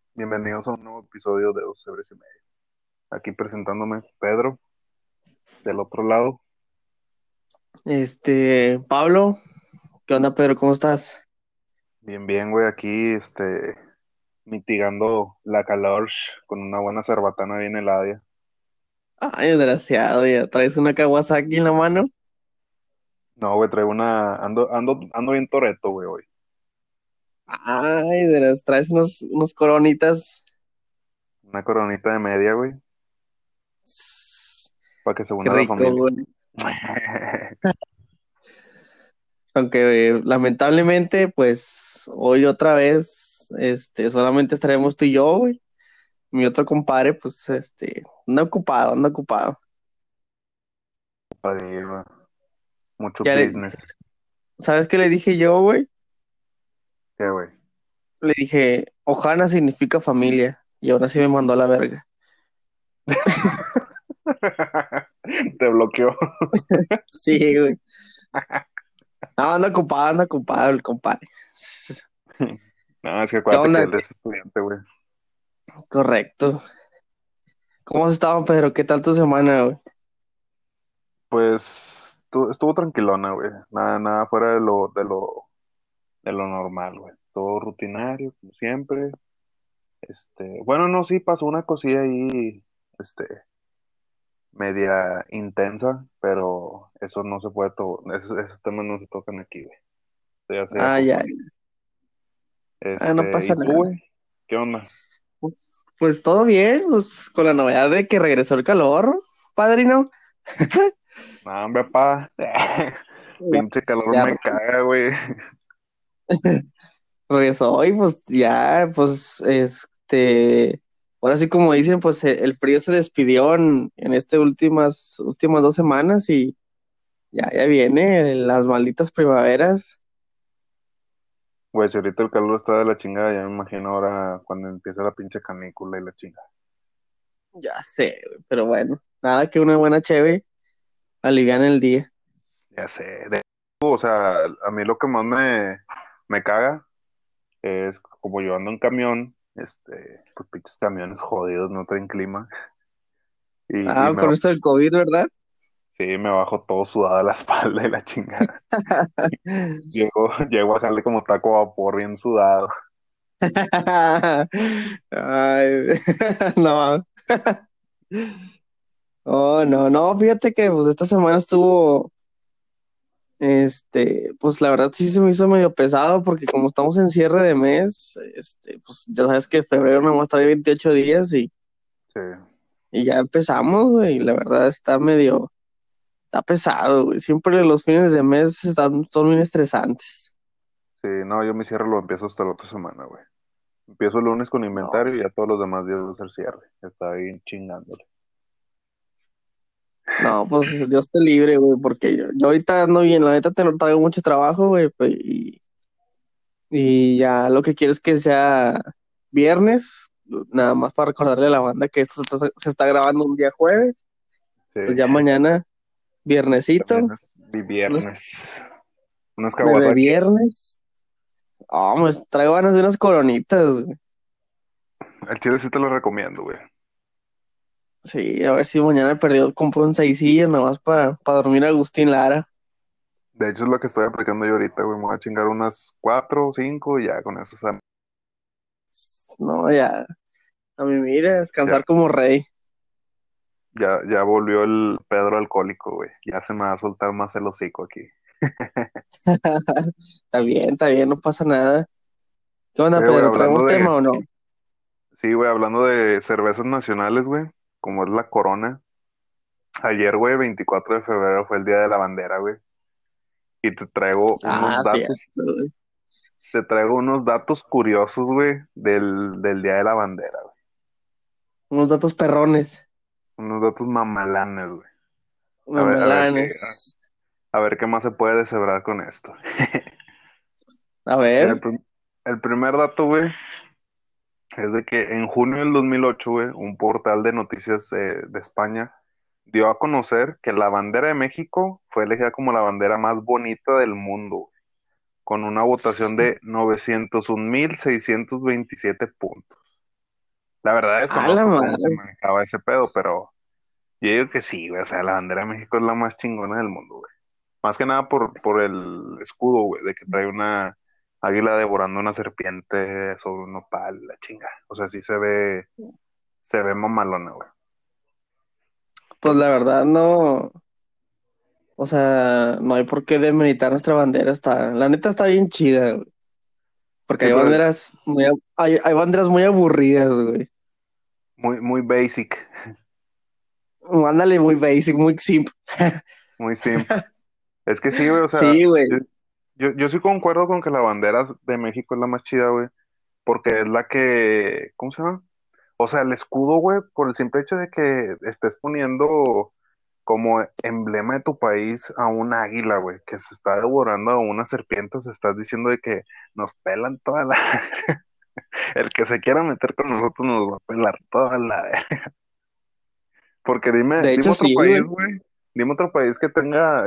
Bienvenidos a un nuevo episodio de Dos Cebres y Medio. Aquí presentándome Pedro, del otro lado. Pablo, ¿qué onda, Pedro? ¿Cómo estás? Bien, bien, güey, aquí, mitigando la calor con una buena cerbatana bien helada. Ay, desgraciado, ya traes una Kawasaki en la mano. No, güey, traigo ando bien toreto, güey, hoy. Ay, traes unos coronitas. Una coronita de media, güey, Sss, para que se Qué una la rico, familia. güey. Aunque lamentablemente, pues hoy otra vez, solamente estaremos tú y yo, güey. Mi otro compadre, pues, anda ocupado, anda ocupado. Padre, güey, mucho Ya le, business. ¿Sabes qué le dije yo, güey? ¿Qué, güey? Le dije, Ojana significa familia. Y ahora sí me mandó a la verga. Te bloqueó. Sí, güey. No, anda ocupado el compadre. No, es que ¿Qué acuérdate que onda? él es estudiante, güey. Correcto. ¿Cómo has estado, Pedro? ¿Qué tal tu semana, güey? Pues estuvo tranquilona, güey. Nada fuera de lo normal, güey. Todo rutinario, como siempre. Bueno, no, sí pasó una cosilla ahí, este, media intensa, pero eso no se puede esos temas no se tocan aquí, güey. Eso ya sería Ah, por ya. familia. No pasa ¿Y tú, nada. güey? ¿Qué onda? Pues todo bien, pues con la novedad de que regresó el calor, padrino. No, hombre, pa. Ya, Pinche calor ya me caga, güey. regresó y pues ya, pues, ahora sí como dicen, pues el frío se despidió en estas últimas 2 semanas y ya viene las malditas primaveras. Güey, si ahorita el calor está de la chingada, ya me imagino ahora cuando empieza la pinche canícula y la chingada. Ya sé, güey, pero bueno, nada que una buena cheve aliviane el día. Ya sé. O sea, a mí lo que más me caga es como yo ando en camión, pues pinches camiones jodidos, no traen clima. Y Ah, con esto del COVID, ¿verdad? sí, me bajo todo sudado de la espalda y la chingada. Llego a dejarle como taco a vapor bien sudado. Ay, no. Oh, no, no, fíjate que pues esta semana estuvo, pues la verdad sí se me hizo medio pesado porque como estamos en cierre de mes, pues ya sabes que febrero me trae 28 días Sí, y ya empezamos, güey, y la verdad está pesado, güey. Siempre los fines de mes son bien estresantes. sí, no, yo mi cierre lo empiezo hasta la otra semana, güey. Empiezo el lunes con No, inventario y ya todos los demás días va a ser cierre. Está ahí chingándole. no, pues Dios te libre, güey, porque yo ahorita ando bien, la neta traigo mucho trabajo, güey, pues, y ya lo que quiero es que sea viernes, nada más para recordarle a la banda que se está grabando un día jueves, Sí, pues ya mañana, también viernesito, es mi unos viernes. Unas bebé Kawasakis. viernes. Pues traigo ganas de unas coronitas, güey. El chile sí te lo recomiendo, güey. Sí, a ver si mañana perdido compro un seisillo nada más para dormir a Agustín Lara. De hecho, es lo que estoy aplicando yo ahorita, güey. Me voy a chingar unas cuatro o cinco y ya con eso, o sea, No, ya, a mí mira, ya, descansar como rey. ya volvió el Pedro alcohólico, güey. Ya se me va a soltar más el hocico aquí. Está bien, no pasa nada. ¿Qué onda, Oye, güey, Pedro? ¿Traemos tema o no? sí, güey, hablando de cervezas nacionales, güey, como es la Corona. Ayer, güey, 24 de febrero fue el Día de la Bandera, güey. Y Ah, sí, te traigo unos datos curiosos, güey, del Día de la Bandera, güey. unos datos perrones, Unos datos mamalanes, güey. mamelanes. A ver qué más se puede deshebrar con esto. A Mira, ver. el primer dato, güey, es de que en junio del 2008, güey, un portal de noticias de España dio a conocer que la bandera de México fue elegida como la bandera más bonita del mundo, güey, con una votación de 901.627 puntos. La verdad A la desconozco cómo se madre. manejaba ese pedo, pero yo digo que sí, güey. O sea, la bandera de México es la más chingona del mundo, güey. Más que nada por el escudo, güey, de que trae una águila devorando una serpiente sobre un nopal, la chinga. O sea, sí se ve mamalona, güey. Pues la verdad no, o sea, no hay por qué demeritar nuestra bandera. La neta está bien chida, güey. Porque Sí, hay pero banderas hay banderas muy aburridas, güey. muy basic, Ándale, muy basic, muy simple. muy simple. Es que sí, güey, o sea, Sí, güey. yo sí concuerdo con que la bandera de México es la más chida, güey, porque es la que, ¿cómo se llama? O sea, el escudo, güey, por el simple hecho de que estés poniendo como emblema de tu país a un águila, güey, que se está devorando a una serpiente, o sea, estás diciendo de que nos pelan toda la... El que se quiera meter con nosotros nos va a pelar toda la... Porque De dime hecho, otro sí, país, güey. güey, dime otro país que tenga,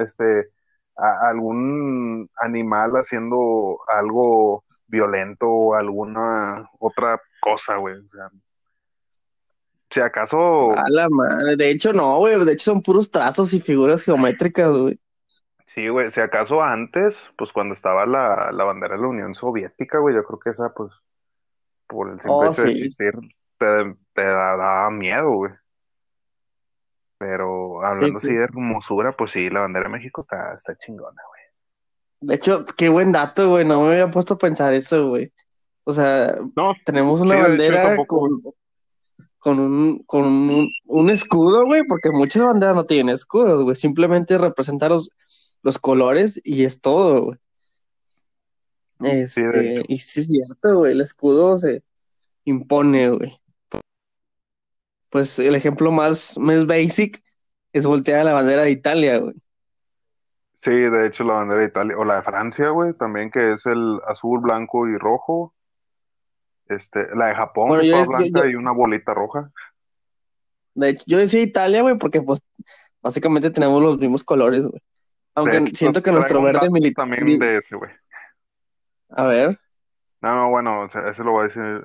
algún animal haciendo algo violento o alguna otra cosa, güey. O sea, si A acaso, la madre. De hecho, no, güey. De hecho, son puros trazos y figuras geométricas, güey. sí, güey, si acaso antes, pues cuando estaba la bandera de la Unión Soviética, güey, yo creo que esa, pues, por el simple Oh, hecho de sí. existir, te daba miedo, güey. Pero Sí, hablando así sí. de hermosura, pues sí, la bandera de México está chingona, güey. De hecho, qué buen dato, güey. No me había puesto a pensar eso, güey. O sea, No, tenemos sí, una de hecho yo bandera tampoco, güey. con un escudo, güey, porque muchas banderas no tienen escudos, güey. Simplemente representan los colores y es todo, güey. Sí, de hecho. Y sí es cierto, güey. El escudo se impone, güey. Pues el ejemplo más basic es voltear a la bandera de Italia, güey. Sí, de hecho la bandera de Italia, o la de Francia, güey, también que es el azul, blanco y rojo. La de Japón, Bueno, que es toda blanca y una bolita roja. de hecho, yo decía Italia, güey, porque pues básicamente tenemos los mismos colores, güey. De Aunque hecho, siento que nuestro traigo un verde dato militar. también de ese, güey. A ver, No, no, bueno, o sea, ese lo voy a decir,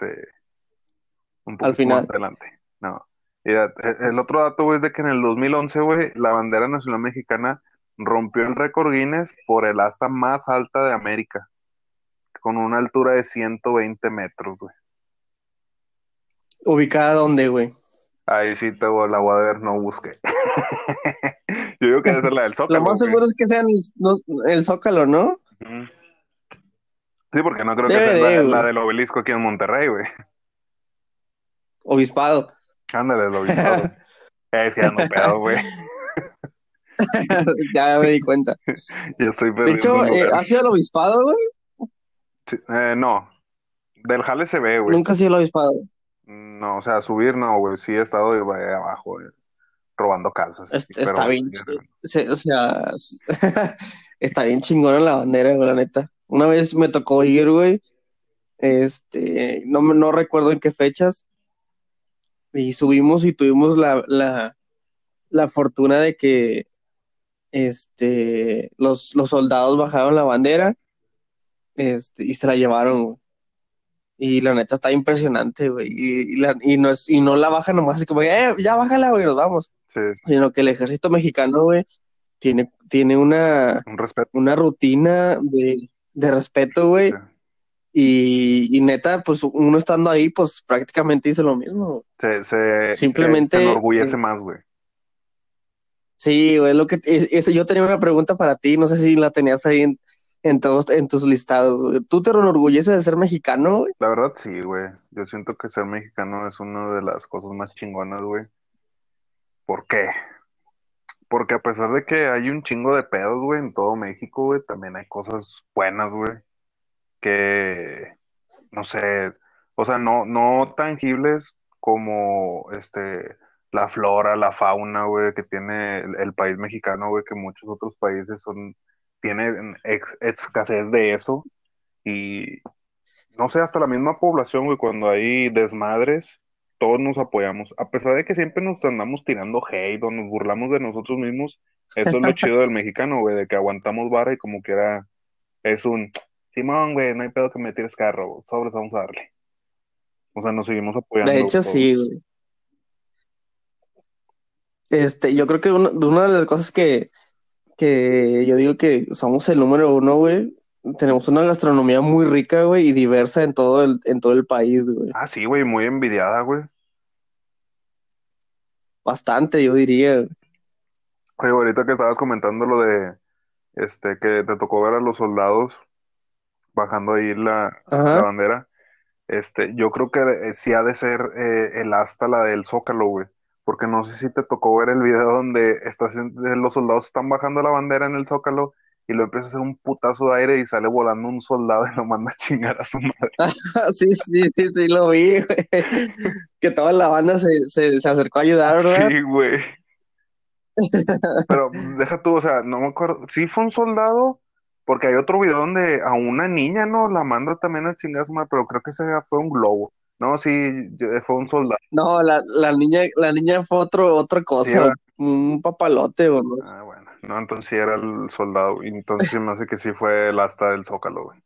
un al poquito más final. adelante. No. Mira, el otro dato, güey, es de que en el 2011, güey, la bandera nacional mexicana rompió el récord Guinness por el asta más alta de América, con una altura de 120 metros, güey. ¿Ubicada dónde, güey? Ahí sí la voy a ver, no busqué. Yo digo que debe ser la del Lo Zócalo, más güey. seguro es que sean el Zócalo, ¿no? Ujú. Sí, porque no creo que sea DVD, la güey. del obelisco aquí en Monterrey, güey. Obispado. Ándale, el obispado. Es que ando pedo, güey. Ya me di cuenta. Ya estoy De perdiendo hecho, el lugar. ¿has sido el obispado, güey? Sí, no, del jale se ve, güey. Nunca has sido el obispado. No, o sea, subir no, güey. Sí he estado ahí abajo, robando casas. Está Pero bien, o sea, está bien chingona la bandera, güey, la neta. Una vez me tocó ir, güey, no recuerdo en qué fechas, y subimos y tuvimos la fortuna de que, los soldados bajaron la bandera, y se la llevaron, güey. Y la neta está impresionante, güey. Y no la bajan nomás así como, ya bájala, güey, nos vamos. sí, sí, Sino que el ejército mexicano, güey, tiene un respeto. una rutina de respeto, Sí. güey. Y neta, pues uno estando ahí, pues prácticamente hizo lo mismo. Se Simplemente, enorgullece más, güey. sí, güey, yo tenía una pregunta para ti, no sé si la tenías ahí en tus listados, güey. ¿Tú te enorgulleces de ser mexicano, güey? La verdad, sí, güey. Yo siento que ser mexicano es una de las cosas más chingonas, güey. ¿Por qué? Porque a pesar de que hay un chingo de pedos, güey, en todo México, güey, también hay cosas buenas, güey, que, no sé, o sea, no tangibles como, la flora, la fauna, güey, que tiene el país mexicano, güey, que muchos otros países tienen escasez de eso. Y no sé, hasta la misma población, güey, cuando hay desmadres, todos nos apoyamos. A pesar de que siempre nos andamos tirando hate o nos burlamos de nosotros mismos, eso es lo chido del mexicano, güey, de que aguantamos vara y como quiera es un Simón, güey, no hay pedo que me tires carro, sobres, vamos a darle. O sea, nos seguimos De apoyando hecho, todos. sí, güey. Yo creo que una de las cosas que yo digo que somos el número uno, güey, tenemos una gastronomía muy rica, güey, y diversa en todo el país, güey. Ah, sí, güey, muy envidiada, güey. Bastante, yo diría. Oye, ahorita que estabas comentando lo de, que te tocó ver a los soldados bajando ahí la Ajá. bandera. Yo creo que sí ha de ser el asta, la del Zócalo, güey. Porque no sé si te tocó ver el video donde los soldados están bajando la bandera en el Zócalo y lo empieza a hacer un putazo de aire y sale volando un soldado y lo manda a chingar a su madre. Sí, sí, sí, sí, lo vi, güey. Que toda la banda se acercó a ayudar, ¿verdad? Sí, güey. Pero deja tú, o sea, no me acuerdo. Sí fue un soldado, porque hay otro video donde a una niña, ¿no? La manda también a chingar a su madre, pero creo que ese fue un globo. No, sí, fue un soldado. No, la niña fue otra Sí, cosa, un papalote o no sé. ah, bueno, no, entonces sí era el soldado, y entonces sí me hace que sí fue el asta del Zócalo, güey.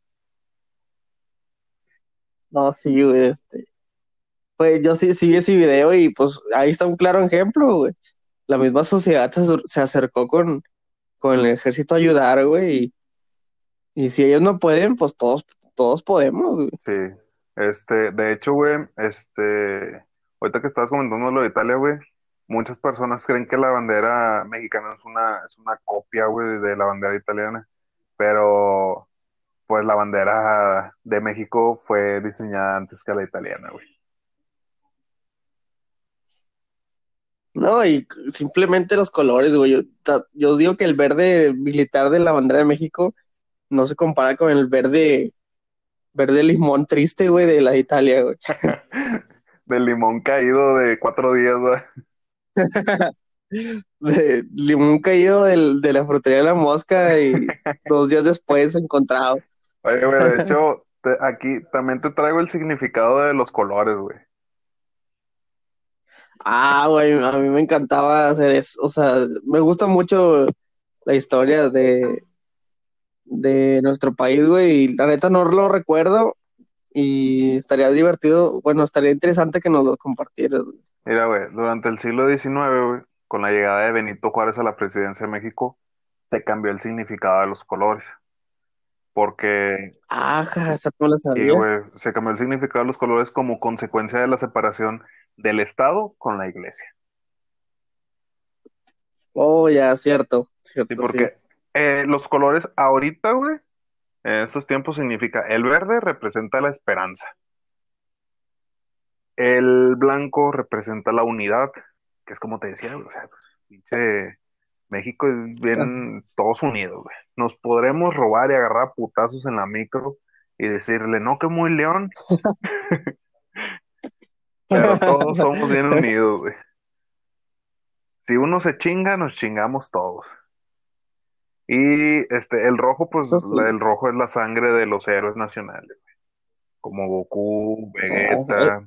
No, sí, güey. Pues yo sí vi ese video y pues ahí está un claro ejemplo, güey. La misma sociedad se acercó con el ejército a ayudar, güey. Y si ellos no pueden, pues todos podemos, güey. Sí, de hecho, güey, ahorita que estabas comentando lo de Italia, güey, muchas personas creen que la bandera mexicana es una copia, güey, de la bandera italiana, pero pues la bandera de México fue diseñada antes que la italiana, güey. No, y simplemente los colores, güey. Yo digo que el verde militar de la bandera de México no se compara con el verde limón triste, güey, de la de Italia, güey. Del limón caído de 4 días, güey. De limón caído de la frutería de la mosca y 2 días después encontrado. Oye, güey, de hecho, aquí también te traigo el significado de los colores, güey. Ah, güey, a mí me encantaba hacer eso. O sea, me gusta mucho la historia de nuestro país, güey, y la neta no lo recuerdo y estaría divertido, bueno, estaría interesante que nos lo compartieras, güey. Mira, güey, durante el siglo XIX, güey, con la llegada de Benito Juárez a la presidencia de México, se cambió el significado de los colores, porque, Ajá, esa no la y, sabía. güey, se cambió el significado de los colores como consecuencia de la separación del Estado con la Iglesia. Oh, ya, cierto, Sí, cierto, sí. porque los colores ahorita, güey, en estos tiempos significa, el verde representa la esperanza, el blanco representa la unidad, que es como te decía, güey, o sea, pues, pinche México es Ah, bien todos unidos, güey. Nos podremos robar y agarrar a putazos en la micro y decirle, no, que muy león, pero todos somos bien unidos, güey. Si uno se chinga, nos chingamos todos. Y el rojo, pues eso sí. el rojo es la sangre de los héroes nacionales, como Goku, Oh, Vegeta.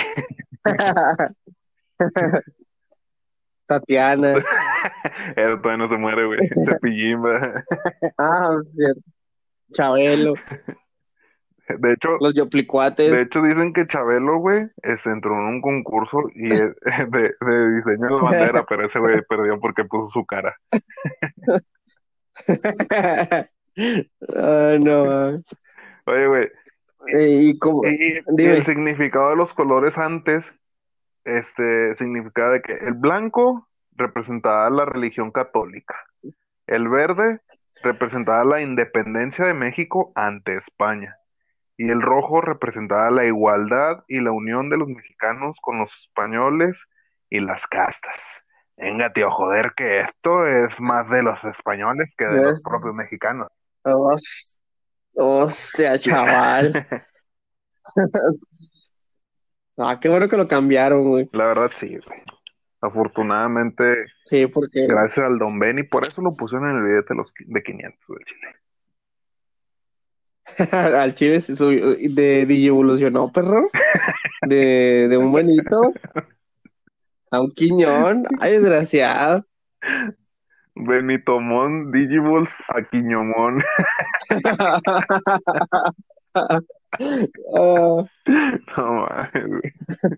Tatiana. Él todavía no se muere, güey. Cepillín, va. Ah, cierto. Chabelo, De hecho, los de yoplicuates. hecho dicen que Chabelo, güey, entró en un concurso y de diseño de bandera, pero ese güey perdió porque puso su cara. Ay, no. Oye, güey, Y como, y el dime. significado de los colores antes, significaba de que el blanco representaba la religión católica, el verde representaba la independencia de México ante España. Y el rojo representaba la igualdad y la unión de los mexicanos con los españoles y las castas. Venga, tío, joder, que esto es más de los españoles que de los propios Es- mexicanos. Hos- Hostia, chaval. Ah, qué bueno que lo cambiaron, güey. La verdad, sí, güey. Afortunadamente, Sí, porque gracias al Don Benny, por eso lo pusieron en el billete de 500 del Chile. al Chile de digievolucionó, perro. De un buenito a un quiñón. Ay, desgraciado. Benitomón, Digivolts, Aquiñomón. Ah, No mames, güey.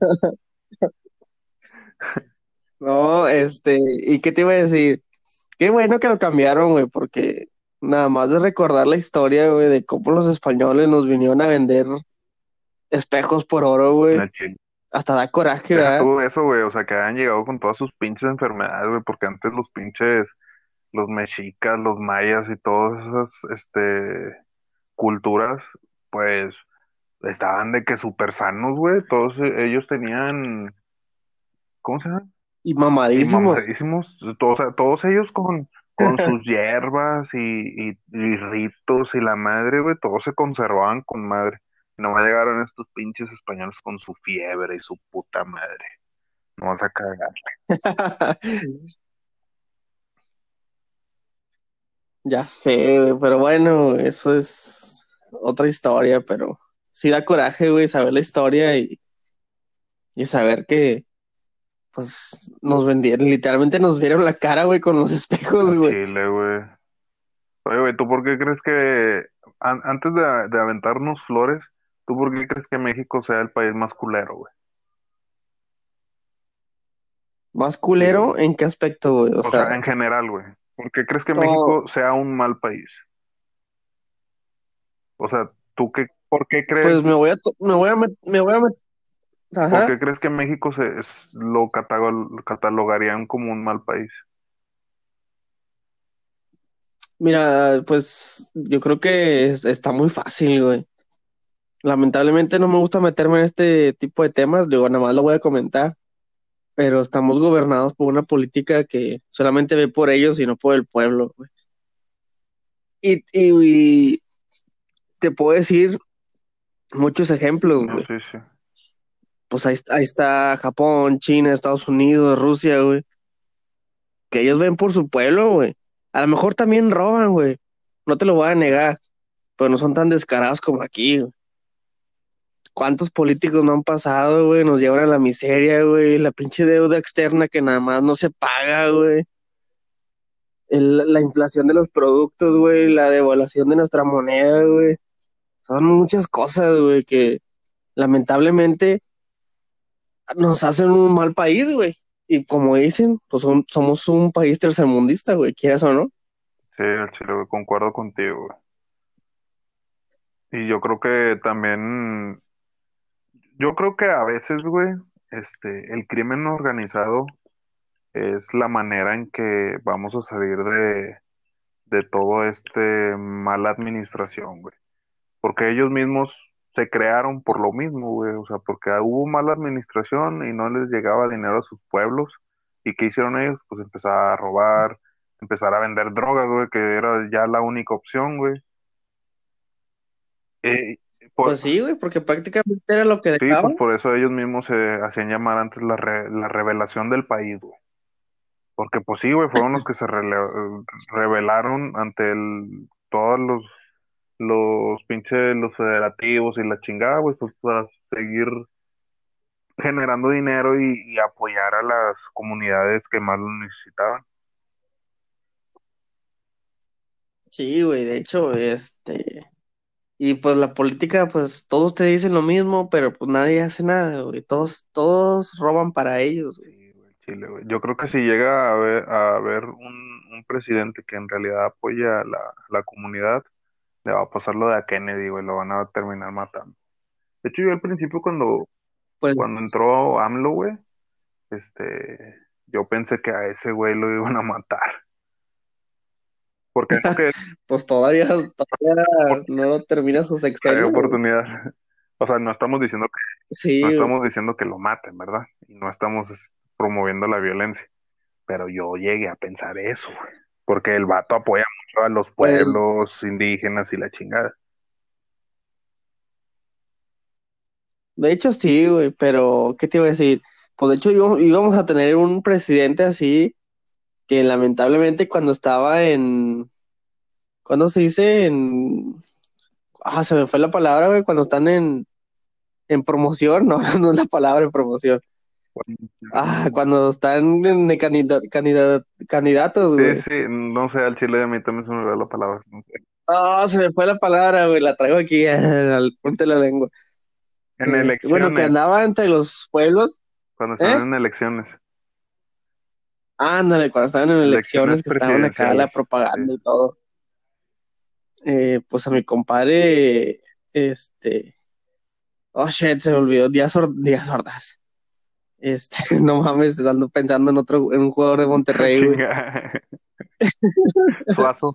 no, ¿y qué te iba a decir? Qué bueno que lo cambiaron, güey, porque nada más de recordar la historia, güey, de cómo los españoles nos vinieron a vender espejos por oro, güey, La chile. hasta da coraje, Deja ¿verdad? todo eso, güey. O sea, que hayan llegado con todas sus pinches enfermedades, güey. Porque antes los pinches, los mexicas, los mayas y todas esas, culturas, pues, estaban de que súper sanos, güey. Todos ellos tenían, ¿cómo se llama? Y Y mamadísimos. mamadísimos, todos, o sea, todos ellos con sus hierbas y ritos y la madre, güey, todos se conservaban con madre. Y nomás llegaron estos pinches españoles con su fiebre y su puta madre. No vas a cagar. Ya sé, güey, pero bueno, eso es otra historia, pero sí da coraje, güey, saber la historia y saber que, pues, nos vendieron, literalmente nos vieron la cara, güey, con los espejos, Al güey. Chile, güey. Oye, güey, ¿tú por qué crees que, antes de aventarnos flores, ¿tú por qué crees que México sea el país más culero, güey? ¿Más Sí, güey. culero en qué aspecto, güey? O O sea, sea, en general, güey. ¿Por qué crees que no, México sea un mal país? O sea, por qué crees, pues me voy a por ajá. qué crees que México lo catalogarían como un mal país? Mira, pues yo creo que está muy fácil, güey. Lamentablemente no me gusta meterme en este tipo de temas, digo, nada más lo voy a comentar, pero estamos gobernados por una política que solamente ve por ellos y no por el pueblo, güey. Y te puedo decir muchos ejemplos, No, güey. sí, sí. Pues ahí está Japón, China, Estados Unidos, Rusia, güey, que ellos ven por su pueblo, güey. A lo mejor también roban, güey. No te lo voy a negar, pero no son tan descarados como aquí, güey. ¿Cuántos políticos no han pasado, güey? Nos llevan a la miseria, güey. La pinche deuda externa que nada más no se paga, güey. La inflación de los productos, güey. La devaluación de nuestra moneda, güey. Son muchas cosas, güey, que lamentablemente nos hacen un mal país, güey. Y como dicen, pues somos un país tercermundista, güey, quieras o no. Sí, al chile, güey, concuerdo contigo, güey. Y yo creo que también, yo creo que a veces, güey, el crimen organizado es la manera en que vamos a salir de todo mala administración, güey. Porque ellos mismos se crearon por lo mismo, güey. O sea, porque hubo mala administración y no les llegaba dinero a sus pueblos. ¿Y qué hicieron ellos? Pues empezar a robar, empezar a vender drogas, güey, que era ya la única opción, güey. Eh, por, Pues sí, güey, porque prácticamente era lo que sí, pues dejaban. por eso ellos mismos se hacían llamar antes la revelación del país, güey. Porque pues sí, güey, fueron los que rebelaron ante todos los pinches, los federativos y la chingada, güey, pues para seguir generando dinero y apoyar a las comunidades que más lo necesitaban. Sí, güey, de hecho, y pues la política, pues todos te dicen lo mismo, pero pues nadie hace nada, güey. Todos roban para ellos, güey. Sí, güey, Chile, güey. Yo creo que si llega a haber un presidente que en realidad apoya a la comunidad, le va a pasar lo de a Kennedy, güey, lo van a terminar matando. De hecho, yo al principio cuando Pues, entró AMLO, güey, yo pensé que a ese güey lo iban a matar. Porque es lo que pues todavía no termina su hay sexenio, güey. oportunidad. O sea, no Sí, güey, estamos diciendo que lo maten, ¿verdad? Y no estamos promoviendo la violencia. Pero yo llegué a pensar eso, güey. Porque el vato apoya mucho a los pues, pueblos indígenas y la chingada. de hecho sí, güey, pero ¿qué te iba a decir? Pues de hecho íbamos a tener un presidente así que lamentablemente cuando estaba ¿cuándo se dice? Se me fue la palabra, güey, cuando están en promoción, no, no es la palabra en promoción. Cuando están candidatos, Sí, güey. sí, no sé, al chile de mí también se me olvidó la palabra. No sé. Ah, se me fue la palabra, güey, la traigo aquí al punto de la lengua. En Bueno, que elecciones, andaba entre los pueblos, cuando ¿eh? están en elecciones, Ándale, cuando estaban en elecciones elecciones, que estaban acá la presidenciales. Sí. propaganda y todo. Pues a mi compadre, este, oh shit, se me olvidó, Díaz Ordaz. No mames, ando pensando en un jugador de Monterrey, güey. Chinga. Suazo.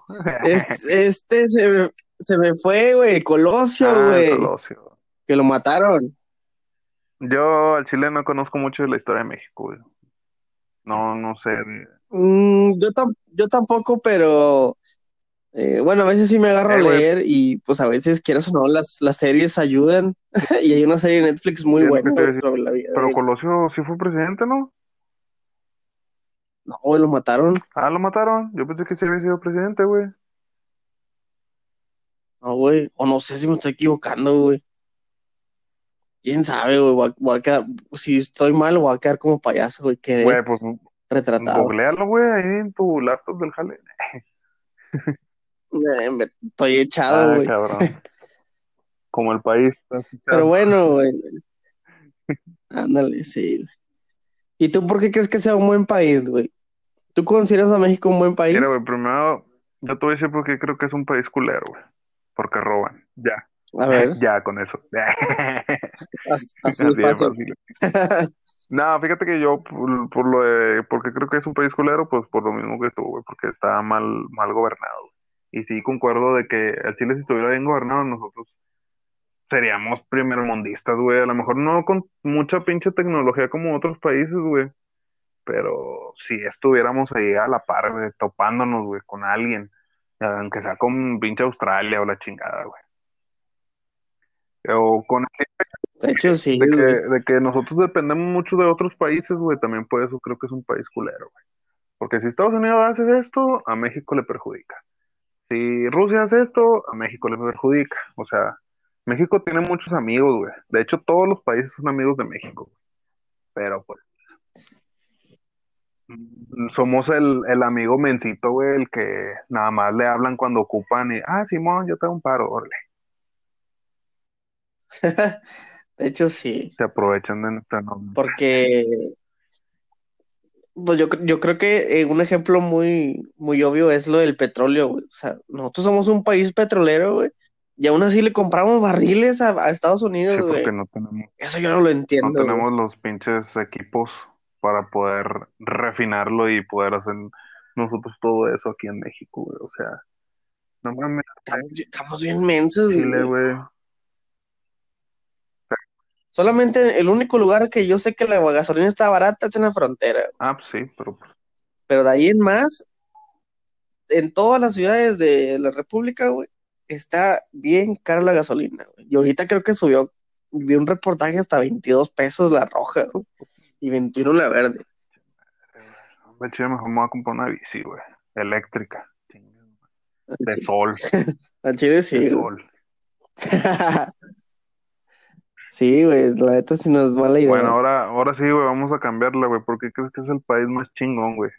Se me fue, güey, Colosio, Ah, el güey, Colosio. que lo mataron. Yo al Chile no conozco mucho de la historia de México, güey. No, no sé. Yo tampoco, pero bueno, a veces sí me agarro a Güey, leer y pues a veces, quieras o no, las series ayudan. Y hay una serie de Netflix muy es lo que buena, te iba güey, a decir. sobre la vida de Pero él. Colosio sí fue presidente, ¿no? No, güey, lo mataron. Ah, lo mataron. Yo pensé que sí había sido presidente, güey. No, güey, o no sé si me estoy equivocando, güey. Quién sabe, güey, voy a quedar, si estoy mal, voy a quedar como payaso, güey, quedé Güey, pues retratado. googlealo, güey, ahí en tu laptop del jale. Estoy echado, Ah, güey. cabrón. Como el país, estás Pero echado. bueno, güey, ándale, sí, güey. ¿Y tú por qué crees que sea un buen país, güey? ¿Tú consideras a México un buen Mira, país? güey, primero, yo te voy a decir por qué creo que es un país culero, güey. Porque roban. Ya. A ver, Ya, con eso. así de Así de fácil. fácil. No, fíjate que yo, por lo de, porque creo que es un país culero, pues por lo mismo que tú, güey, porque está mal gobernado, güey. Y sí, concuerdo de que el Chile, si estuviera bien gobernado, nosotros seríamos primermundistas, güey. A lo mejor no con mucha pinche tecnología como otros países, güey. Pero si estuviéramos ahí a la par, güey, topándonos, güey, con alguien, aunque sea con pinche Australia o la chingada, güey. O con De hecho, sí, de que, güey. de que nosotros dependemos mucho de otros países, güey, también por eso creo que es un país culero, güey. Porque si Estados Unidos hace esto, a México le perjudica. Si Rusia hace esto, a México le perjudica. O sea, México tiene muchos amigos, güey. De hecho, todos los países son amigos de México, güey. Pero pues somos el amigo mencito, güey, el que nada más le hablan cuando ocupan y, ah, Simón, yo te hago un paro, órale. De hecho, sí. Se aprovechan de nuestra norma. Porque pues yo creo que un ejemplo muy obvio es lo del petróleo, güey. O sea, nosotros somos un país petrolero, güey. Y aún así le compramos barriles a Estados Sí, Unidos, porque güey. Eso yo no lo no entiendo, güey. tenemos los pinches equipos para poder refinarlo y poder hacer nosotros todo eso aquí en México, güey. O sea, no mames, Estamos bien mensos, Chile, güey. güey. Solamente el único lugar que yo sé que la gasolina está barata es en la frontera. Ah, pues sí, pero pues, Pero de ahí en más, en todas las ciudades de la República, güey, está bien cara la gasolina, güey. Y ahorita creo que subió, vi un reportaje hasta 22 pesos la roja, güey, y 21 la verde. hombre, Chile, mejor me voy a comprar una bici, güey. Eléctrica. Chingue, Al de chile, sol, al chile de sí, güey. sol. Sí, güey, la neta sí no es mala Bueno, idea. ahora sí, güey, vamos a cambiarla, güey, porque crees que es el país más chingón, güey.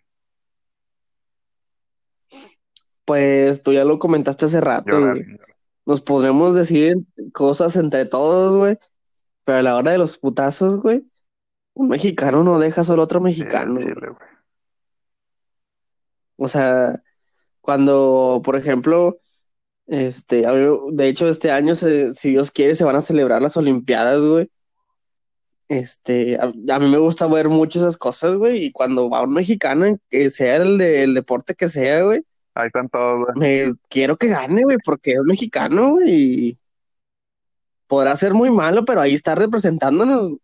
Pues tú ya lo comentaste hace rato, Llorar. güey. Nos podremos decir cosas entre todos, güey, pero a la hora de los putazos, güey, un mexicano no deja solo a otro Sí, al mexicano, güey. Chile, güey. O sea, cuando, por ejemplo, de hecho, este año, si Dios quiere, se van a celebrar las Olimpiadas, güey. A mí me gusta ver mucho esas cosas, güey, y cuando va un mexicano, que sea el deporte que sea, güey, Ahí están todos, güey. me quiero que gane, güey, porque es mexicano, güey, y podrá ser muy malo, pero ahí está representándonos.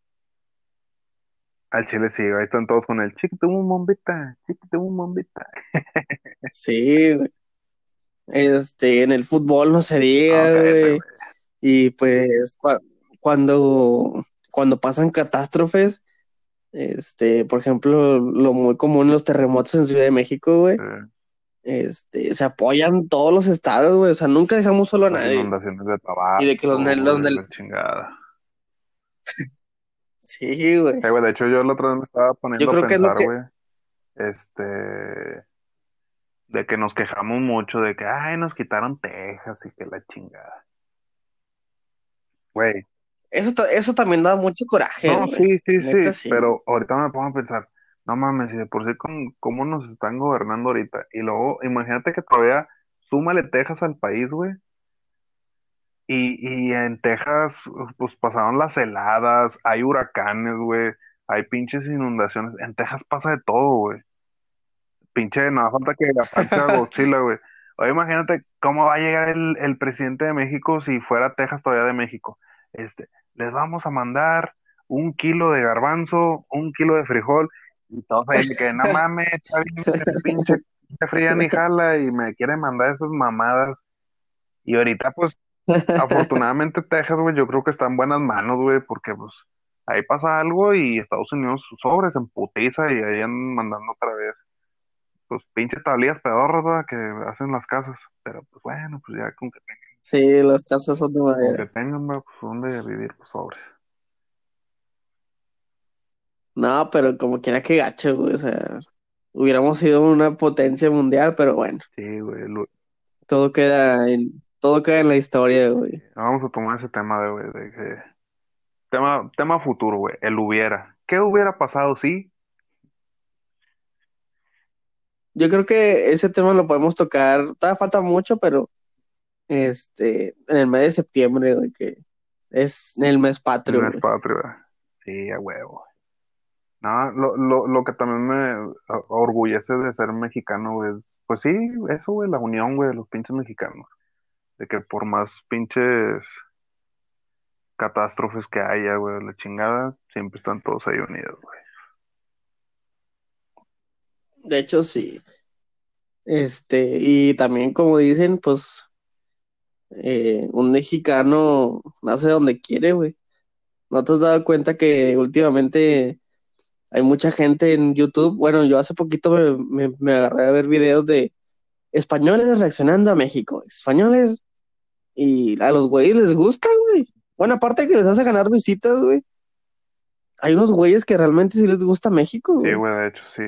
Al Chile sí, ahí están todos con el chiquito un bombita, chiquito un bombita. Sí, güey. En el fútbol no se No, diga, cállate, güey. güey. Y pues cuando, cuando pasan catástrofes, por ejemplo, lo muy común, los terremotos en Ciudad de México, güey, Sí, se apoyan todos los estados, güey, o sea, nunca dejamos solo a las nadie. inundaciones de Y de que Tabasco, güey, del... la chingada. Sí, güey. Güey, de hecho yo la otra vez me estaba Yo poniendo a creo que es lo pensar, que... güey, este, De que nos quejamos mucho de que, ay, nos quitaron Texas y que la chingada. Güey, Eso también da mucho coraje, no, güey. sí, sí, sí, Neta, sí. pero ahorita me pongo a pensar, no mames, y de por sí con cómo nos están gobernando ahorita, y luego imagínate que todavía súmale Texas al país, güey, y en Texas, pues pasaron las heladas, hay huracanes, güey, hay pinches inundaciones, en Texas pasa de todo, güey, pinche, nada falta que aparezca Godzilla, güey. Oye, imagínate cómo va a llegar el presidente de México si fuera Texas todavía de México. Les vamos a mandar 1 kilo de garbanzo, 1 kilo de frijol, y todos ahí de que no mames, está bien, pinche fría ni jala, y me quiere mandar esas mamadas. Y ahorita, pues, afortunadamente Texas, güey, yo creo que está en buenas manos, güey, porque pues ahí pasa algo y Estados Unidos sobres en putiza y ahí andan mandando otra vez pues pinches tablillas pedorras, ¿verdad? Que hacen las casas. Pero pues bueno, pues ya Sí, las casas son de con que madera. tengan, ¿verdad? Pues donde vivir, pues sobres. No, pero como quiera que gacho, güey. O sea, hubiéramos sido una potencia mundial, pero bueno, Sí, güey. todo queda en la historia, güey. Vamos a tomar ese tema de, güey, de que tema futuro, güey. El hubiera. ¿Qué hubiera pasado si? Yo creo que ese tema lo podemos tocar, todavía falta mucho, pero en el mes de septiembre, güey, que es el mes No patrio, es güey. patria, güey. Sí, a huevo. No, lo que también me orgullece de ser mexicano, güey, es, pues sí, eso, güey, la unión, güey, de los pinches mexicanos. De que por más pinches catástrofes que haya, güey, la chingada, siempre están todos ahí unidos, güey. De hecho, sí. Y también, como dicen, pues, un mexicano nace donde quiere, güey. ¿No te has dado cuenta que últimamente hay mucha gente en YouTube? Bueno, yo hace poquito me agarré a ver videos de españoles reaccionando a México. Españoles, y a los güeyes les gusta, güey. Bueno, aparte de que les hace ganar visitas, güey. Hay unos güeyes que realmente sí les gusta México, Sí, güey. güey, de hecho, sí.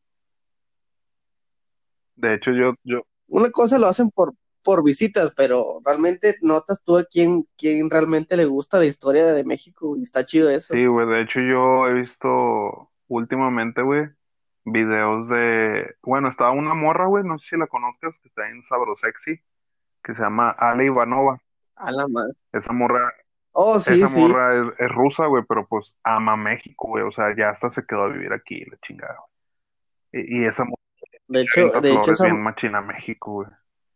De hecho, yo, Una cosa lo hacen por visitas, pero realmente notas tú a quién realmente le gusta la historia de México, güey. Está chido eso. sí, güey, de hecho, yo he visto últimamente, güey, videos de, bueno, estaba una morra, güey, no sé si la conozcas, que está en Sabrosexy, que se llama Ale Ivanova. A la madre. Esa morra, Oh, sí, esa sí. morra es rusa, güey, pero pues ama México, güey, o sea, ya hasta se quedó a vivir aquí, la chingada. Y esa morra avienta De hecho, flores bien machina a México, güey.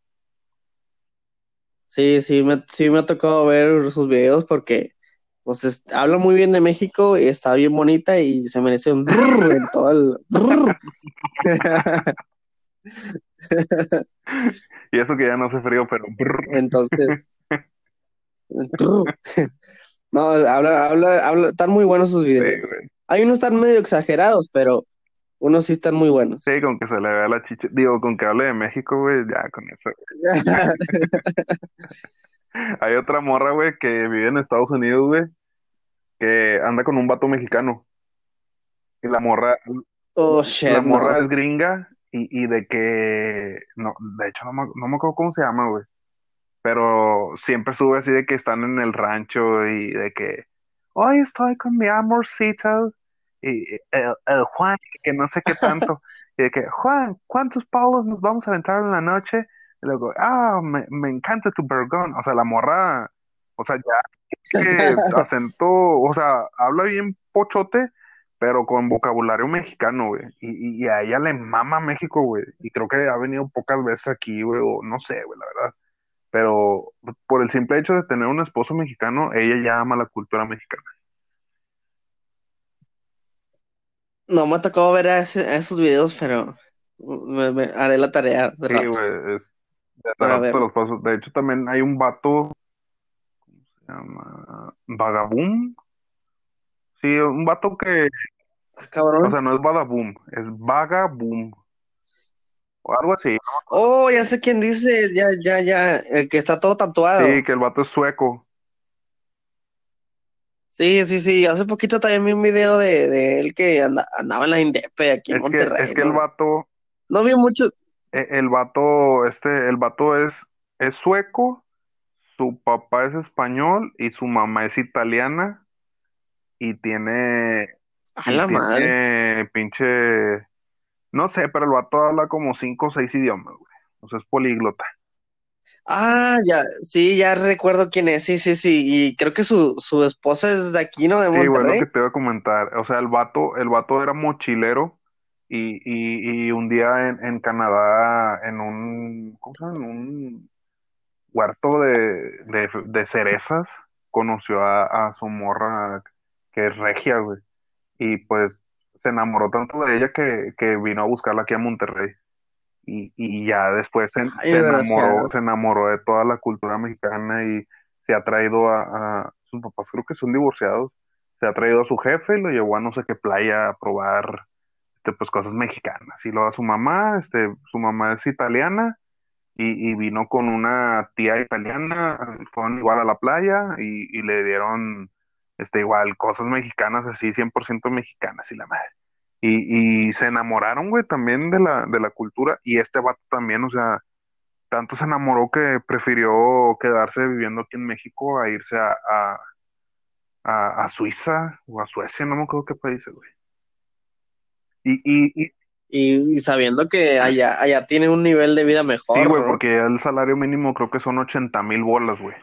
sí, sí me ha tocado ver sus videos porque pues habla muy bien de México y está bien bonita y se merece un brrr en todo el brrr. Y eso que ya no hace frío, pero brr. Entonces, brrr. No, están muy buenos sus Sí, videos. güey. Hay unos están medio exagerados, pero unos sí están muy buenos. Sí, con que se le vea la chicha, digo, con que hable de México, güey, ya con eso. Hay otra morra, güey, que vive en Estados Unidos, güey, que anda con un vato mexicano. Y Oh, la shit, no. morra es gringa y de que, no, de hecho no me acuerdo cómo se llama, güey. Pero siempre sube así de que están en el rancho y de que hoy estoy con mi amorcito y el Juan, que no sé qué tanto, y de que Juan, ¿cuántos palos nos vamos a aventar en la noche? Y luego, me encanta tu vergón, o sea, la morra, o sea, ya que acento, o sea, habla bien pochote, pero con vocabulario mexicano, güey, y a ella le mama México, güey, y creo que ha venido pocas veces aquí, güey, o no sé, güey, la verdad. Pero por el simple hecho de tener un esposo mexicano, ella ya ama la cultura mexicana. No me ha tocado ver a esos videos, pero me haré la tarea de Sí, rato güey, de para rato te verlo. los paso. De hecho, también hay un vato, se llama Vagaboom. Sí, un vato que, Ah, o cabrón. sea, no es Badaboom, es Vagaboom, o algo así. Oh, ya sé quién dice, ya, el que está todo Sí, tatuado. que el vato es sueco. Sí, sí, sí, hace poquito también vi un video de él que andaba en la Indepe aquí en Es Monterrey, que el ¿no? vato, No vi mucho, el vato es sueco, su papá es español y su mamá es italiana y A la madre. pinche, no sé, pero el vato habla como 5 o 6 idiomas, güey. O sea, es políglota. Ah, ya, sí, ya recuerdo quién es, sí, sí, sí, y creo que su esposa es de aquí, ¿no? De Sí, güey, lo que Monterrey. te iba a comentar. O sea, el vato era mochilero y un día en Canadá, ¿cómo se llama? En un huerto de cerezas, conoció a su morra que es regia, güey. Y pues se enamoró tanto de ella que vino a buscarla aquí a Monterrey. Y ya después Ay, desgraciado. se enamoró de toda la cultura mexicana y se ha traído sus papás, creo que son divorciados, se ha traído a su jefe y lo llevó a no sé qué playa a probar pues cosas mexicanas. Y luego a su mamá es italiana y vino con una tía italiana, fueron igual a la playa y le dieron igual cosas mexicanas, así 100% mexicanas y la madre. Y se enamoraron, güey, también de la cultura y este vato también, o sea, tanto se enamoró que prefirió quedarse viviendo aquí en México a irse a Suiza o a Suecia, no me acuerdo qué país, güey. Y Y sabiendo que allá tiene un nivel de vida sí, mejor, güey, ¿no? porque el salario mínimo creo que son 80,000 bolas, güey.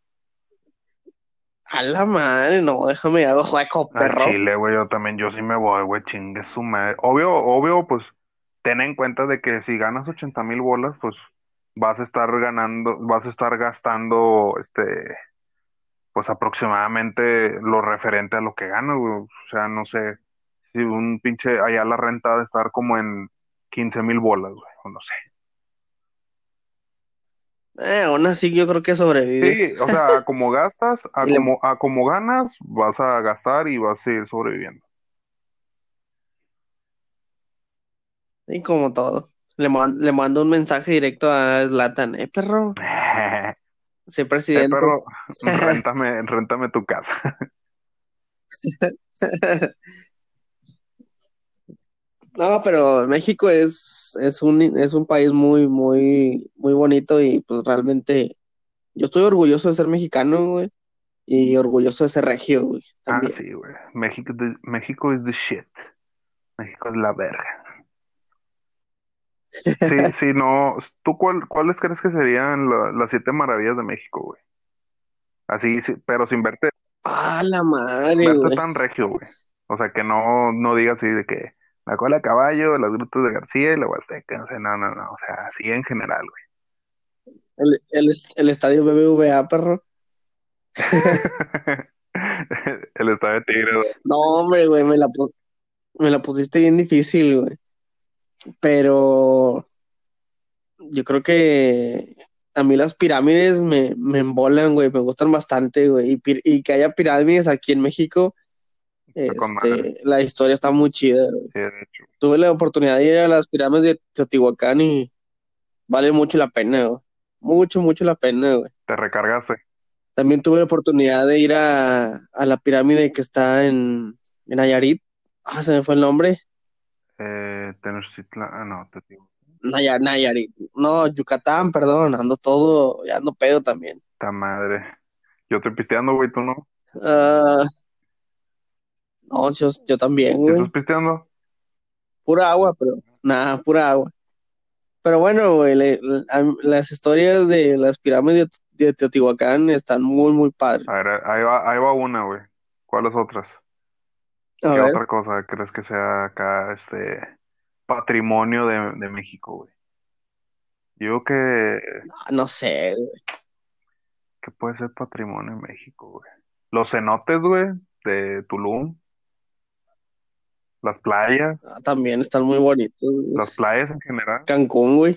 A la madre, no, déjame hago hueco, Al perro. Chile, güey, yo sí me voy, güey, chingue su madre. Obvio, pues, ten en cuenta de que si ganas 80,000 bolas, pues, vas a estar gastando, pues, aproximadamente lo referente a lo que ganas, güey. O sea, no sé, si un pinche, allá la renta ha de estar como en 15,000 bolas, güey, o no sé. Aún así yo creo que sobrevives. Sí, o sea, a como gastas, Y, le, a como ganas, vas a gastar y vas a seguir sobreviviendo. y como todo. Le mando un mensaje directo a Zlatan, perro, soy presidente. Perro, réntame tu casa. No, pero México es un país muy, muy, muy bonito y pues realmente yo estoy orgulloso de ser mexicano, güey, y orgulloso de ser regio, güey, Ah, también. sí, güey. México is the shit. México es la verga. Sí, sí, no. ¿Cuáles crees que serían las 7 maravillas de México, güey? Así, sí, pero Ah, la sin madre, verte güey. tan regio, güey. O sea, que no digas así de que la cola de caballo, las grutas de García y la Huasteca. O sea, no. O sea, así en general, güey. El estadio BBVA, perro. El estadio de Tigres, güey. No, hombre, güey, me la pusiste bien difícil, güey. Pero yo creo que a mí las pirámides me embolan, güey, me gustan bastante, güey. Y que haya pirámides aquí en México, Está con madre. la historia está muy chida. Sí, de hecho. Tuve la oportunidad de ir a las pirámides de Teotihuacán y vale mucho la pena, güey. Mucho, mucho la pena, güey. Te recargaste. También tuve la oportunidad de ir a la pirámide que está en Nayarit. Ah, se me fue el nombre. Tenochtitlan, no, te digo. Nayarit. No, Yucatán, perdón. Ando todo, ya ando pedo también. Ta madre. Yo estoy pisteando, güey, tú no. Ah, no, yo también, ¿Sí estás güey. pisteando? Pura agua, pero nada, pura agua. Pero bueno, güey, las historias de las pirámides de Teotihuacán están muy, muy padres. A ver, ahí va una, güey. ¿Cuáles otras? A ¿Qué ver, otra cosa crees que sea acá, patrimonio de México, güey? Yo digo no sé, que puede ser patrimonio de México, güey. Los cenotes, güey, de Tulum, las playas, también están muy bonitos, güey. las playas en general, Cancún, güey.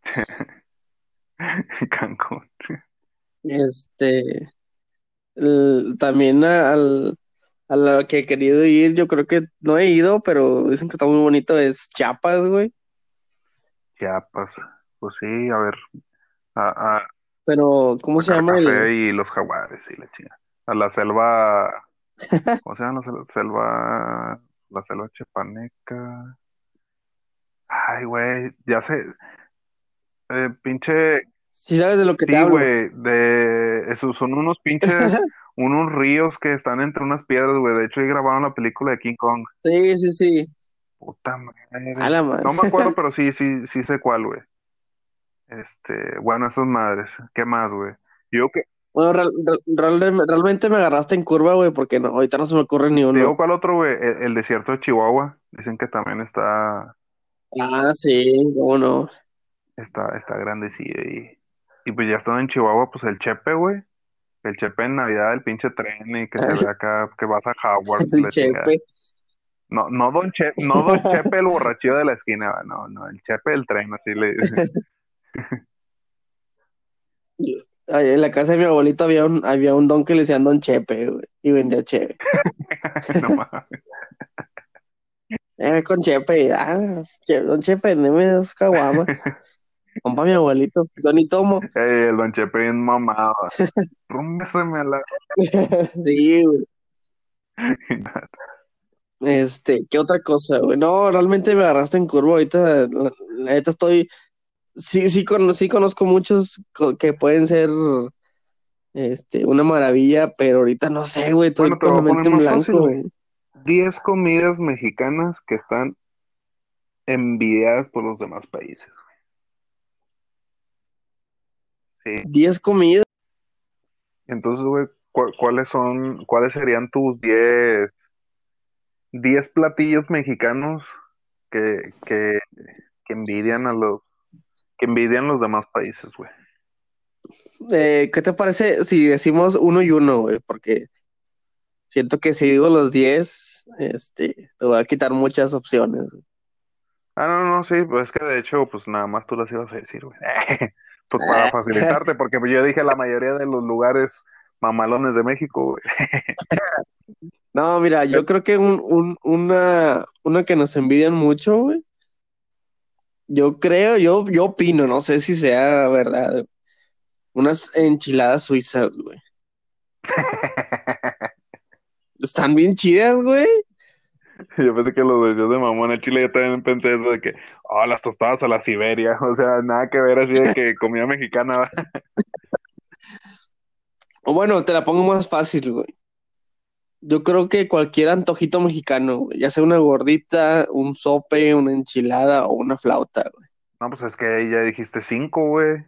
Cancún. Este, también a la que he querido ir, yo creo que no he ido, pero dicen que está muy bonito, es Chiapas, güey. Chiapas. Pues sí, a ver, a, a Pero, ¿cómo se sacar llama café y los jaguares y la chingada. A la selva, ¿cómo se llama la selva chiapaneca? Ay, güey, ya sé. Pinche, ¿Sí sabes de lo que te sí, hablo? güey, de esos son unos pinches, unos ríos que están entre unas piedras, güey. De hecho, ahí grabaron la película de King Kong. Sí, sí, sí. Puta A madre. la madre. No me acuerdo, pero sí, sí, sí sé cuál, güey. Bueno, esas madres. ¿Qué más, güey? Yo que, Bueno, realmente me agarraste en curva, güey, porque no, ahorita no se me ocurre ni te digo uno. cuál otro, güey. El desierto de Chihuahua. Dicen que también Ah, sí, cómo no. está grandecillo y pues ya estando en Chihuahua, pues el Chepe, güey. El Chepe en Navidad, el pinche tren y que se ve acá, que vas a Howard y El la chingada. Chepe. No, no Don Chepe el borrachillo de la esquina, va, no, no, el Chepe del tren, así le dicen. Ay, en la casa de mi abuelito había un don que le decían Don Chepe, güey, y vendía Chepe. No mames. Con Chepe, Don Chepe, deme dos caguamas. Compa mi abuelito, yo ni tomo. Ey, el Don Chepe bien mamado. Rúmbeseme a la... Sí, güey. ¿Qué otra cosa, güey? No, realmente me agarraste en curva ahorita. La neta estoy. Sí, sí, sí conozco muchos que pueden ser una maravilla, pero ahorita no sé, güey. Estoy Bueno, te lo con voy la a poner mente en más fácil, blanco, güey. güey. 10 comidas mexicanas que están envidiadas por los demás países. Sí. 10 comidas. Entonces, güey, cuáles serían tus 10 platillos mexicanos que, que, que envidian que envidian los demás países, güey? ¿Qué te parece si decimos uno y uno, güey? Porque siento que si digo los 10, te voy a quitar muchas opciones, güey. Ah, no, no, sí, pues es que de hecho, pues nada más tú las ibas a decir, güey. Pues para Ah, facilitarte, porque yo dije la mayoría de los lugares mamalones de México, güey. no, mira, yo creo que una que nos envidian mucho, güey. Yo opino, no sé si sea verdad. Unas enchiladas suizas, güey. Están bien chidas, güey. Yo pensé que lo decías de mamón en Chile, yo también pensé eso de que, oh, las tostadas a la Siberia, o sea, nada que ver así de que comida mexicana, ¿va? O bueno, te la pongo más fácil, güey. Yo creo que cualquier antojito mexicano, güey, ya sea una gordita, un sope, una enchilada o una flauta, güey. No, pues es que ahí ya dijiste 5, güey.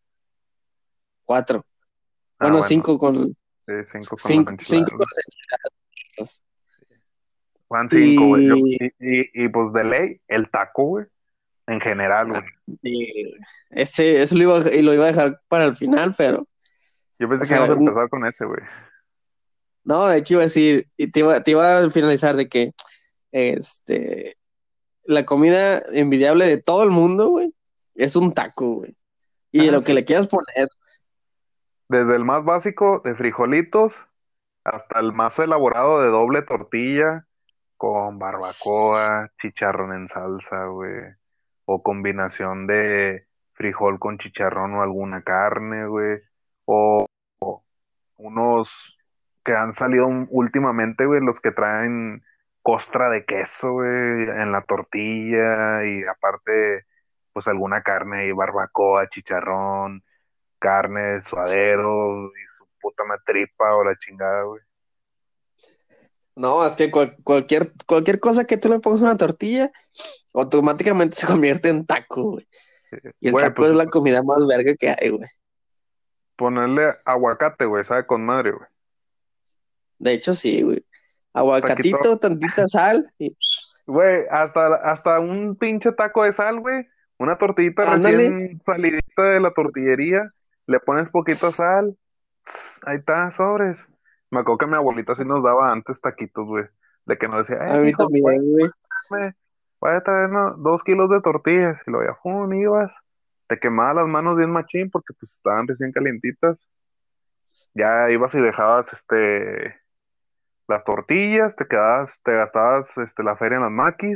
4. Ah, Bueno, bueno, 5 con sí, 5 con las cinco con enchiladas. las enchiladas. Van 5, güey. Y, Pues de ley, el taco, güey, en general, güey. y ese lo iba a dejar para el final, pero, Yo o pensé que íbamos sea, a empezar con ese, güey. no, de hecho iba a decir, y te iba a finalizar de que, este, la comida envidiable de todo el mundo, güey, es un taco, güey. Y Ah, lo que sí. le quieras poner, Desde el más básico de frijolitos hasta el más elaborado de doble tortilla con barbacoa, chicharrón en salsa, güey. O combinación de frijol con chicharrón o alguna carne, güey. O unos que han salido últimamente, güey, los que traen costra de queso, güey, en la tortilla y aparte, pues alguna carne y barbacoa, chicharrón, carne, suadero y su puta madre tripa o la chingada, güey. no, es que cualquier cosa que tú le pongas a una tortilla, automáticamente se convierte en taco, güey. Y el Güey, taco pues es la comida más verga que hay, güey. ponerle aguacate, güey, sabe con madre, güey. De hecho, sí, güey. Taquito, Aguacatito, tantita sal y güey, hasta un pinche taco de sal, güey. Una tortillita ándale. recién salidita de la tortillería, le pones poquito sal, ahí está, sobres. Me acuerdo que mi abuelita sí nos daba antes taquitos, güey. De que nos decía, A mí mijo, también, güey. voy a traer 2 kilos de tortillas. Y lo ya, ibas. Te quemaba las manos bien machín porque pues estaban recién calientitas. Ya ibas y dejabas las tortillas, te gastabas la feria en las maquis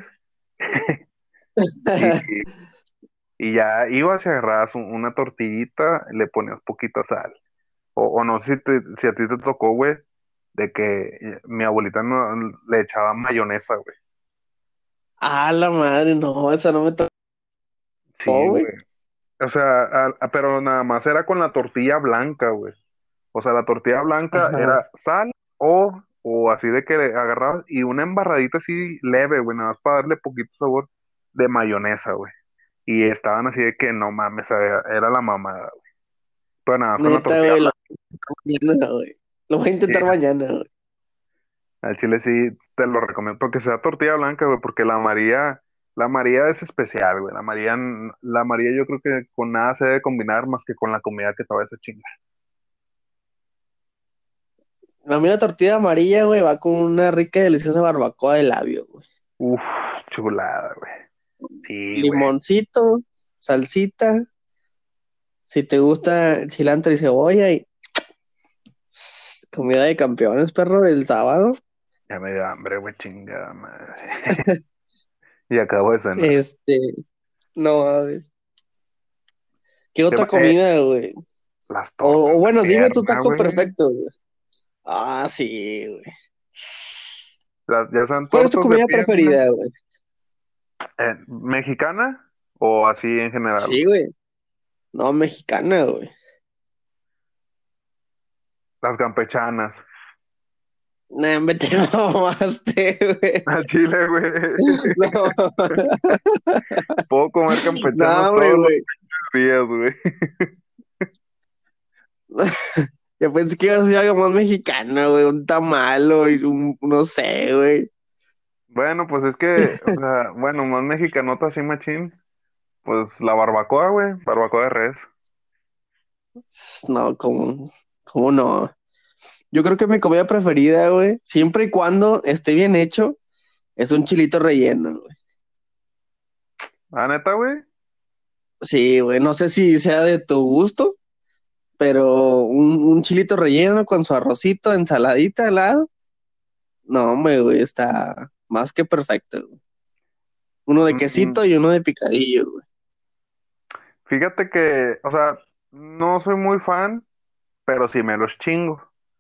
y, y ya ibas y agarrabas una tortillita, le ponías poquita sal. O no sé si a ti te tocó, güey, de que mi abuelita no, le echaba mayonesa, güey. Ah, la madre, no, esa no me tocó, Sí, güey. güey. O sea, pero nada más era con la tortilla blanca, güey. O sea, la tortilla blanca Ajá. era sal o así de que agarrabas y una embarradita así leve, güey, nada más para darle poquito sabor de mayonesa, güey. Y estaban así de que no mames, era la mamada, güey. Pero nada más con la Neta, tortilla güey, blanca. mañana, güey. Lo voy a Sí, intentar mañana, güey. al chile sí te lo recomiendo, porque sea tortilla blanca, güey, porque la María es especial, güey. La María yo creo que con nada se debe combinar más que con la comida que te vayas a chingar. A mí la tortilla amarilla, güey, va con una rica y deliciosa barbacoa de labio, güey. Uf, chulada, güey. Sí, güey. Limoncito, salsita, si te gusta cilantro y cebolla y comida de campeones, perro, del sábado. Ya me dio hambre, güey, chingada madre. Y acabo de cenar. Este, no mames. ¿Qué ¿Qué otra ma- comida, güey? las O tortas de bueno, dime tu pierna, taco güey. perfecto, güey. Ah, sí, güey. Ya sean ¿Cuál es tu tortas de comida pierna. preferida, güey? ¿Mexicana o así en general? Sí, güey. No, mexicana, güey. Las campechanas. Nah, me te mamaste, güey. Al chile, güey. No, Puedo comer campechanas no, todos los güey. días, güey. Yo pensé que ibas a decir algo más mexicano, güey. Un tamal o no sé, güey. Bueno, pues es que, o sea, bueno, más mexicanota así machín. Pues la barbacoa, güey. Barbacoa de res. No, ¿cómo no? Yo creo que mi comida preferida, güey, siempre y cuando esté bien hecho, es un chilito relleno, güey. Ah, neta, güey. Sí, güey, no sé si sea de tu gusto, pero un chilito relleno con su arrocito, ensaladita al lado, no, hombre, güey, está más que perfecto, güey. Uno de Mm, quesito y uno de picadillo, güey. Fíjate que, o sea, no soy muy fan, pero sí me los chingo.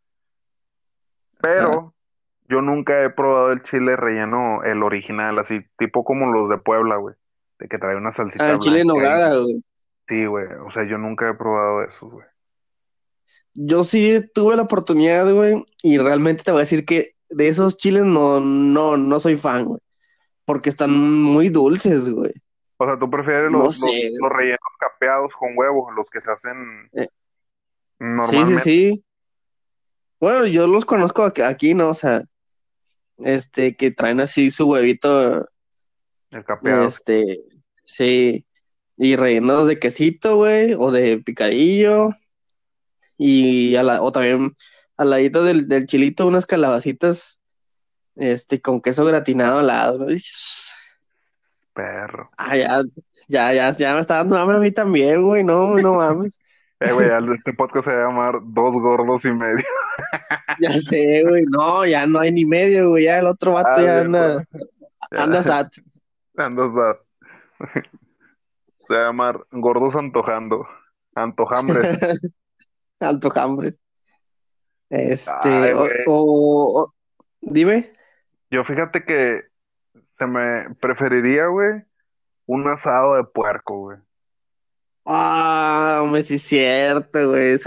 Ajá. Pero yo nunca he probado el chile relleno, el original, así, tipo como los de Puebla, güey. De que trae una Ah, salsita el chile en blanca y nogada, güey. sí, güey. O sea, yo nunca he probado esos, güey. Yo sí tuve la oportunidad, güey, y realmente te voy a decir que de esos chiles no soy fan, güey, porque están muy dulces, güey. O sea, ¿tú prefieres No sé. los rellenos capeados con huevos, los que se hacen Eh, sí, sí, normalmente, sí. Bueno, yo los conozco aquí, ¿no? O sea, que traen así su huevito, el capeado? este, sí, y rellenos de quesito, güey, o de picadillo, y o también al ladito del chilito unas calabacitas, con queso gratinado al lado, ¿no? Perro. Ah, ya me está dando hambre a mí también, güey, no, no mames. Güey, este podcast se va a llamar Dos Gordos y Medio. Ya sé, güey, no, ya no hay ni medio, güey, ya el otro vato ya Dale, anda, pues. anda Ya, sat. andas se va a llamar Gordos Antojando. Antojambres. Antojambres. Ay, güey. Dime. Yo fíjate que se me preferiría, güey, un asado de puerco, güey. Ah, hombre, sí es cierto, güey.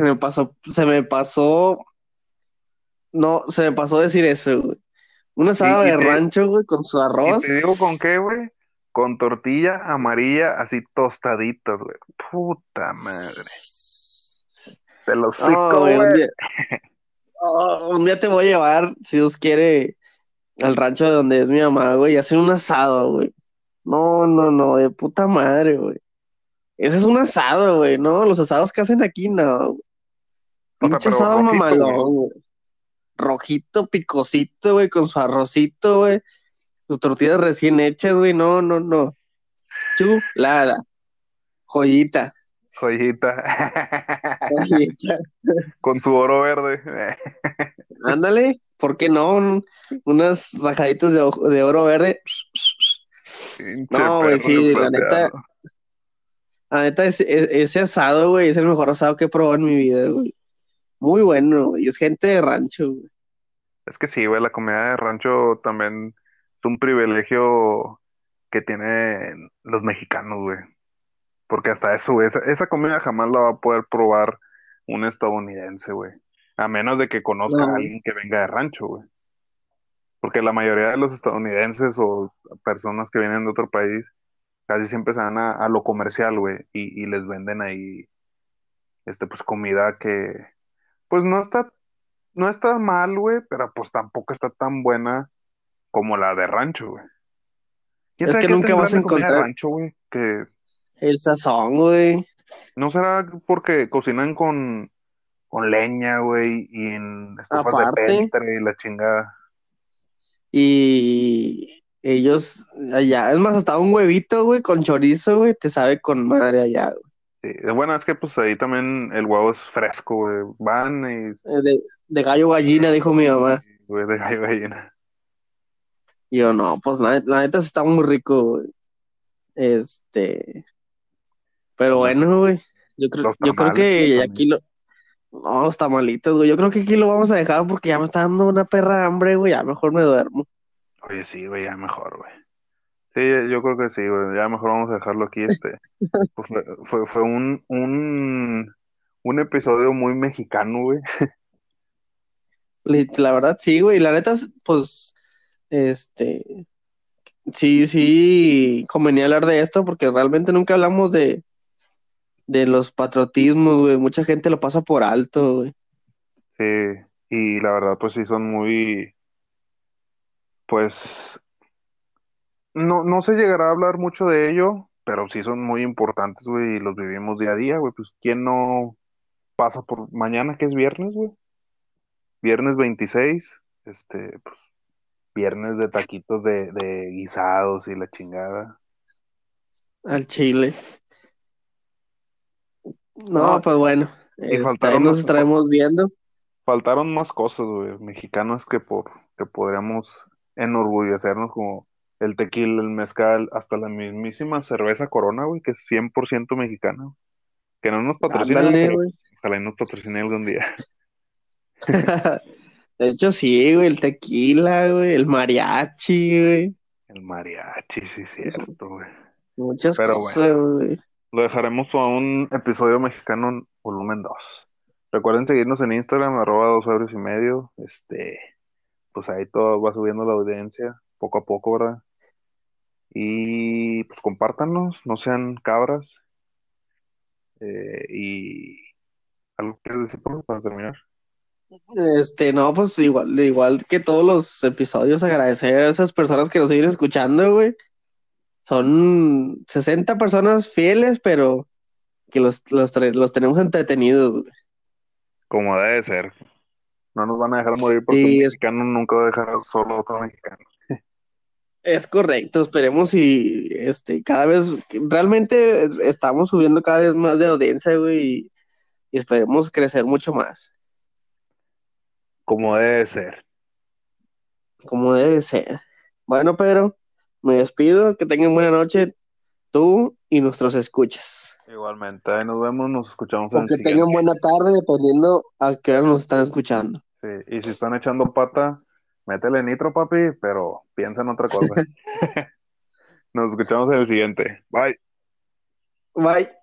No, se me pasó decir eso, güey. Un asado Y, y de te, rancho, güey, con su y te arroz. digo con qué, güey. Con tortilla amarilla, así tostaditas, güey. Puta madre. Te lo No, seco, güey, güey. un día te voy a llevar, si Dios quiere, al rancho de donde es mi mamá, güey, y hacer un asado, güey. No, no, no, de puta madre, güey. Ese es un asado, güey, ¿no? Los asados que hacen aquí, no. O sea, Pinche pero asado rojito, güey. mamalón, güey. Rojito, picosito, güey, con su arrocito, güey. Sus tortillas recién hechas, güey. No, no, no. Chulada. Joyita. Joyita. Joyita. Con su oro verde. Ándale. ¿Por qué no? Unas rajaditas de oro verde. Pinche No, güey, perro sí, desgraciado. la neta, ese asado, güey, es el mejor asado que he probado en mi vida, güey. Muy bueno, güey. Es gente de rancho, güey. Es que sí, güey, la comida de rancho también es un privilegio que tienen los mexicanos, güey. Porque hasta eso, esa comida jamás la va a poder probar un estadounidense, güey. A menos de que conozca a No, alguien que venga de rancho, güey. Porque la mayoría de los estadounidenses o personas que vienen de otro país casi siempre se van a lo comercial, güey, y les venden ahí, pues comida que, pues no está mal, güey, pero pues tampoco está tan buena como la de rancho, güey. ¿Quién es sabe que qué nunca tendrá vas a la comida de encontrar rancho, güey? Que el sazón, güey. no será porque cocinan con leña, güey, y en estufas de Aparte, peltre y la chingada. y ellos allá, es más, hasta un huevito, güey, con chorizo, güey, te sabe con madre allá, güey. Sí, bueno, es que pues ahí también el huevo es fresco, güey. Van y, De gallo gallina, dijo mi mamá. güey, de gallo gallina. Y yo, no, pues la neta sí está muy rico, güey. Este, pero Los, bueno, güey, los yo creo tamales, güey, que aquí también. no, los tamalitos, güey, yo creo que aquí lo vamos a dejar porque ya me está dando una perra hambre, güey, ya mejor me duermo. Oye, sí, güey, ya mejor, güey. Sí, yo creo que sí, güey. Ya mejor vamos a dejarlo aquí, Pues fue un episodio muy mexicano, güey. La verdad, sí, güey, la neta, pues, este, sí, sí, convenía hablar de esto porque realmente nunca hablamos de los patriotismos, güey, mucha gente lo pasa por alto, güey. Sí, y la verdad, pues sí, son muy, pues, no se llegará a hablar mucho de ello, pero sí son muy importantes, güey, y los vivimos día a día, güey. Pues, ¿quién no pasa por mañana, que es viernes, güey? Viernes 26, pues, viernes de taquitos de guisados y la chingada. Al Chile. No, No, pues bueno, y ahí nos estaremos viendo. faltaron más cosas, güey, mexicanas que podríamos enorgullecernos, como el tequila, el mezcal, hasta la mismísima cerveza Corona, güey, que es 100% mexicana. Que no nos patrocina, Ándale, pero güey. ojalá y nos patrocine algún día. De hecho, sí, güey, el tequila, güey, el mariachi, güey. El mariachi, sí, es cierto, güey. Muchas Pero bueno, cosas, güey. lo dejaremos para un episodio mexicano volumen 2. Recuerden seguirnos en Instagram, @2 euros y medio. Pues ahí todo va subiendo la audiencia, poco a poco, ¿verdad? Y pues compártanos, no sean cabras. Y algo que decir para terminar. No, pues igual que todos los episodios, agradecer a esas personas que nos siguen escuchando, güey. Son 60 personas fieles, pero que los tenemos entretenidos, güey. Como debe ser. No nos van a dejar morir porque un Y mexicano nunca va a dejar solo a otro mexicano. es correcto, esperemos y cada vez, realmente estamos subiendo cada vez más de audiencia, güey, y esperemos crecer mucho más, Como debe ser. como debe ser. Bueno, Pedro, me despido, que tengan buena noche tú y nuestros escuchas. Igualmente, ahí nos vemos, nos escuchamos en O el que tengan siguiente. buena tarde, dependiendo a qué hora nos están escuchando. Sí, y si están echando pata, métele nitro, papi, pero piensa en otra cosa. Nos escuchamos en el siguiente. Bye. Bye.